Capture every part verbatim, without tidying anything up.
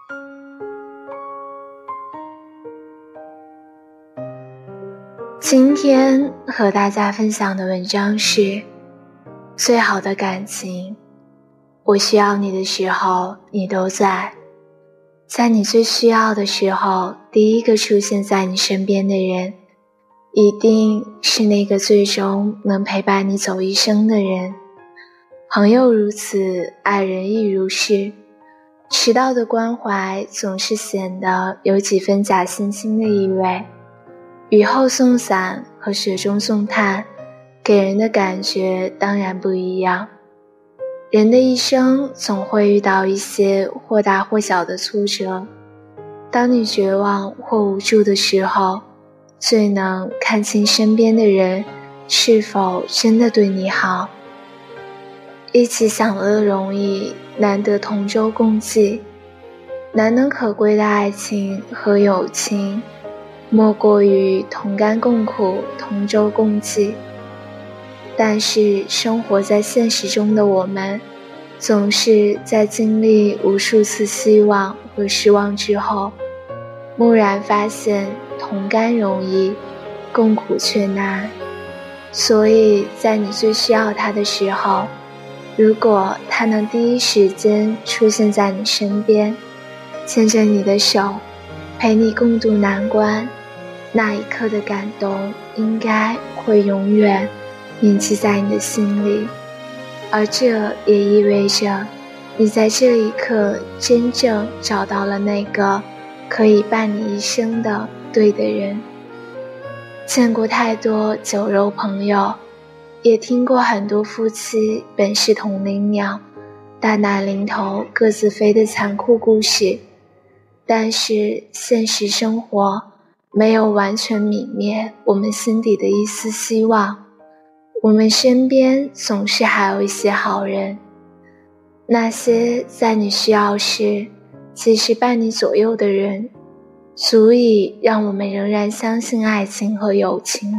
今天和大家分享的文章是最好的感情，我需要你的时候你都在，在你最需要的时候，第一个出现在你身边的人，一定是那个最终能陪伴你走一生的人。朋友如此，爱人亦如是。迟到的关怀总是显得有几分假惺惺的意味。雨后送伞和雪中送炭，给人的感觉当然不一样。人的一生总会遇到一些或大或小的挫折，当你绝望或无助的时候，最能看清身边的人是否真的对你好。一起享乐容易，难得同舟共济。难能可贵的爱情和友情，莫过于同甘共苦，同舟共济。但是生活在现实中的我们，总是在经历无数次希望和失望之后，蓦然发现同甘容易，共苦却难。所以在你最需要他的时候，如果他能第一时间出现在你身边，牵着你的手，陪你共度难关，那一刻的感动应该会永远铭记在你的心里。而这也意味着你在这一刻真正找到了那个可以伴你一生的对的人。见过太多酒肉朋友，也听过很多夫妻本是同林鸟，大难临头各自飞的残酷故事。但是现实生活没有完全泯灭我们心底的一丝希望，我们身边总是还有一些好人，那些在你需要时其实伴你左右的人，足以让我们仍然相信爱情和友情。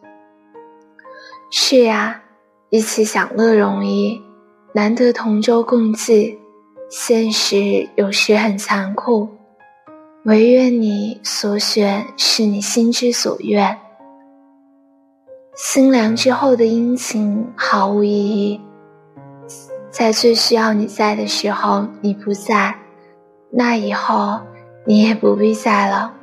是呀，一起享乐容易，难得同舟共济。现实有时很残酷，唯愿你所选是你心之所愿。心凉之后的殷勤毫无意义，在最需要你在的时候你不在，那以后你也不必在了。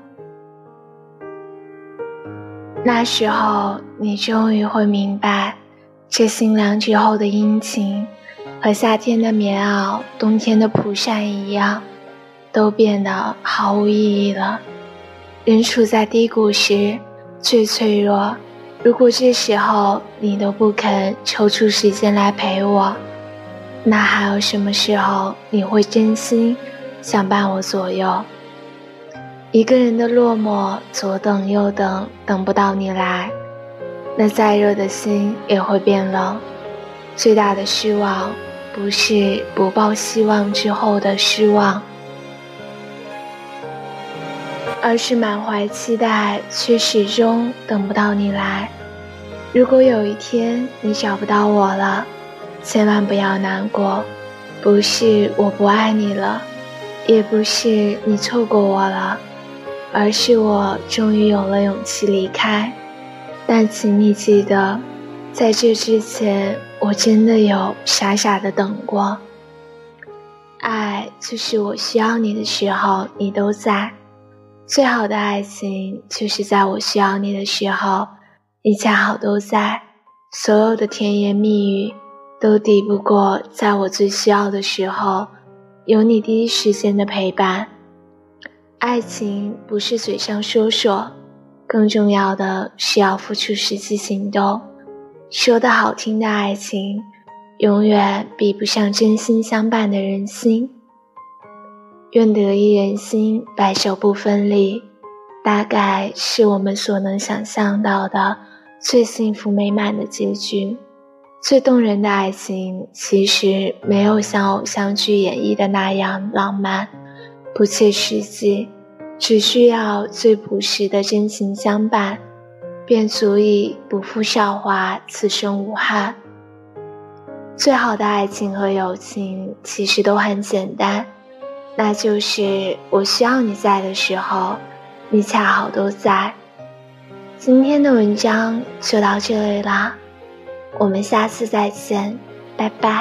那时候你终于会明白，这心凉之后的殷勤和夏天的棉袄，冬天的蒲扇一样，都变得毫无意义了。人处在低谷时最脆弱，如果这时候你都不肯抽出时间来陪我，那还有什么时候你会真心想伴我左右？一个人的落寞，左等右等，等不到你来，那再热的心也会变冷。最大的失望，不是不抱希望之后的失望，而是满怀期待却始终等不到你来。如果有一天你找不到我了，千万不要难过，不是我不爱你了，也不是你错过我了，而是我终于有了勇气离开。但请你记得，在这之前我真的有傻傻的等过。爱就是我需要你的时候你都在，最好的爱情就是在我需要你的时候你恰好都在。所有的甜言蜜语都抵不过在我最需要的时候有你第一时间的陪伴。爱情不是嘴上说说，更重要的是要付出实际行动。说得好听的爱情永远比不上真心相伴的人心。愿得一人心，白首不分离，大概是我们所能想象到的最幸福美满的结局。最动人的爱情其实没有像偶像剧演绎的那样浪漫不切实际，只需要最朴实的真情相伴，便足以不负韶华，此生无憾。最好的爱情和友情其实都很简单， 那就是我需要你在的时候，你恰好都在。今天的文章就到这里啦，我们下次再见，拜拜。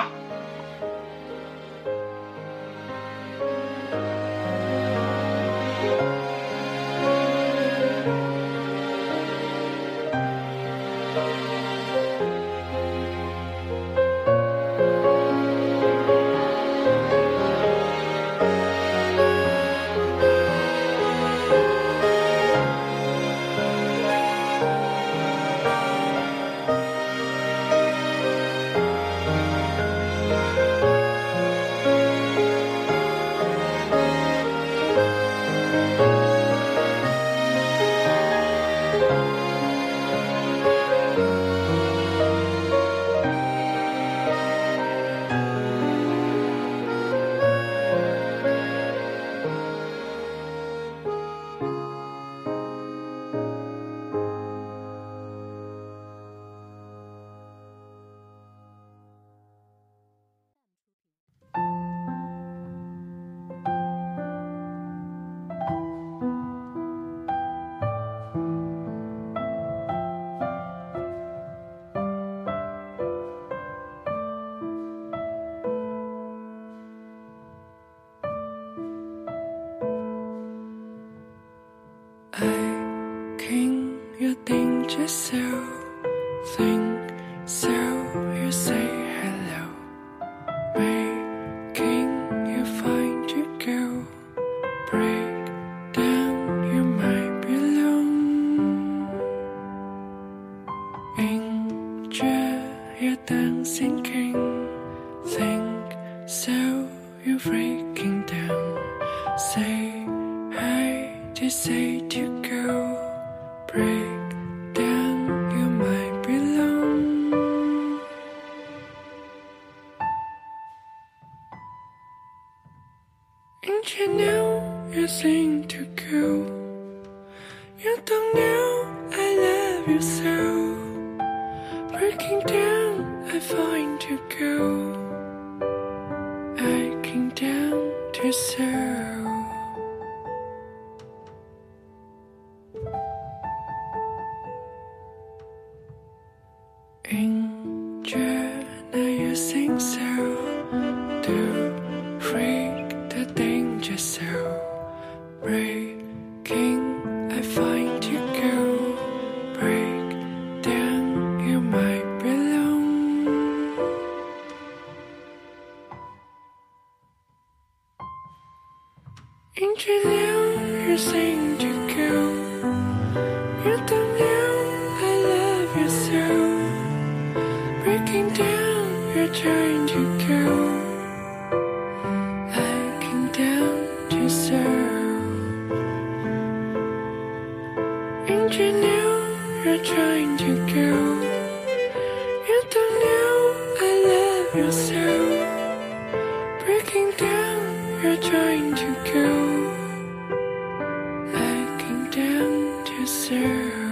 I can you think just so think so you say hello making you find your girl break down you might be alone enjoy your dancing king think so you're breaking down say hi to say to go break down you might be alone and you know you seem to go you don't know I love you so breaking down I find you go I came down to serve enjoy now you sing so do freak the danger so breaking I find you go break down you might be alone enjoy now you sing to go you don't know I love you so breaking down, you're trying to go I came down to serve and you know you're trying to go you don't know I love you so breaking down, you're trying to go I came down to serve